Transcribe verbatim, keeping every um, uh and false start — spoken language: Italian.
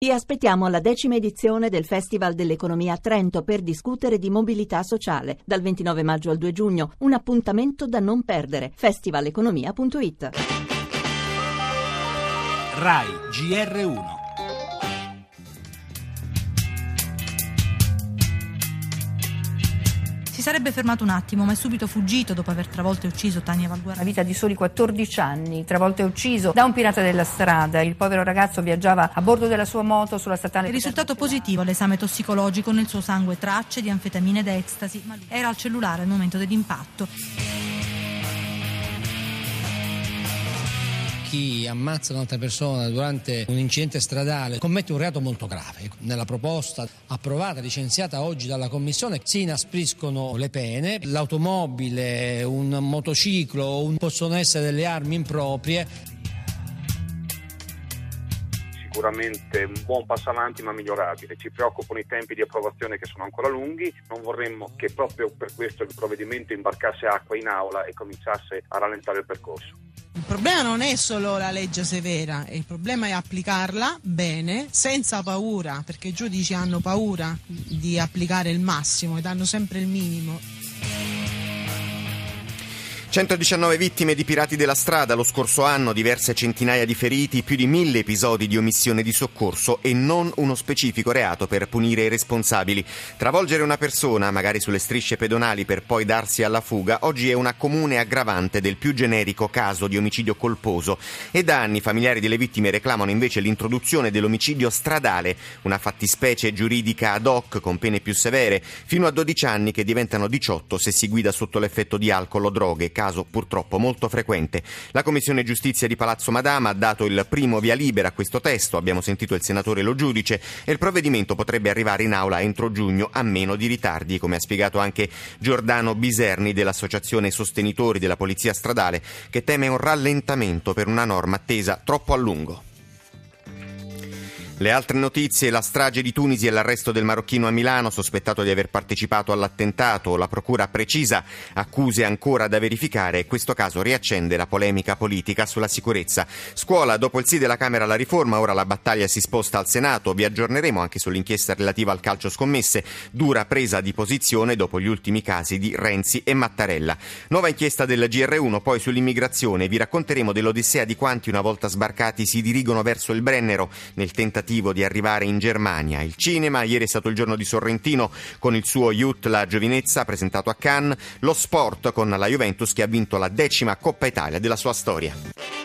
Vi aspettiamo alla decima edizione del Festival dell'Economia a Trento per discutere di mobilità sociale. Dal ventinove maggio al due giugno, un appuntamento da non perdere. festivaleconomia punto it. Rai G R uno. Si sarebbe fermato un attimo, ma è subito fuggito dopo aver travolto e ucciso Tania Valguardi. Una vita di soli quattordici anni, travolto e ucciso da un pirata della strada. Il povero ragazzo viaggiava a bordo della sua moto sulla statale. Il risultato positivo all'esame tossicologico, nel suo sangue tracce di anfetamine ed ecstasy, ma lui era al cellulare al momento dell'impatto. Chi ammazza un'altra persona durante un incidente stradale commette un reato molto grave. Nella proposta approvata, licenziata oggi dalla Commissione, si inaspriscono le pene. L'automobile, un motociclo, un, possono essere delle armi improprie. Sicuramente un buon passo avanti ma migliorabile. Ci preoccupano i tempi di approvazione che sono ancora lunghi. Non vorremmo che proprio per questo il provvedimento imbarcasse acqua in aula e cominciasse a rallentare il percorso. Il problema non è solo la legge severa, il problema è applicarla bene, senza paura, perché i giudici hanno paura di applicare il massimo e danno sempre il minimo. centodiciannove vittime di pirati della strada lo scorso anno, diverse centinaia di feriti, più di mille episodi di omissione di soccorso e non uno specifico reato per punire i responsabili. Travolgere una persona, magari sulle strisce pedonali per poi darsi alla fuga, oggi è una comune aggravante del più generico caso di omicidio colposo e da anni i familiari delle vittime reclamano invece l'introduzione dell'omicidio stradale, una fattispecie giuridica ad hoc con pene più severe, fino a dodici anni che diventano diciotto se si guida sotto l'effetto di alcol o droghe, caso purtroppo molto frequente. La Commissione Giustizia di Palazzo Madama ha dato il primo via libera a questo testo, abbiamo sentito il senatore Lo Giudice, e il provvedimento potrebbe arrivare in aula entro giugno a meno di ritardi, come ha spiegato anche Giordano Biserni dell'Associazione Sostenitori della Polizia Stradale, che teme un rallentamento per una norma attesa troppo a lungo. Le altre notizie: la strage di Tunisi e l'arresto del marocchino a Milano sospettato di aver partecipato all'attentato. La procura precisa accuse ancora da verificare e questo caso riaccende la polemica politica sulla sicurezza. Scuola, dopo il sì della Camera alla riforma, ora la battaglia si sposta al Senato. Vi aggiorneremo anche sull'inchiesta relativa al calcio scommesse. Dura presa di posizione dopo gli ultimi casi di Renzi e Mattarella. Nuova inchiesta del G R uno poi sull'immigrazione. Vi racconteremo dell'odissea di quanti una volta sbarcati si dirigono verso il Brennero nel tentativo di arrivare in Germania. Il cinema, ieri è stato il giorno di Sorrentino con il suo Youth La Giovinezza presentato a Cannes. Lo sport con la Juventus che ha vinto la decima Coppa Italia della sua storia.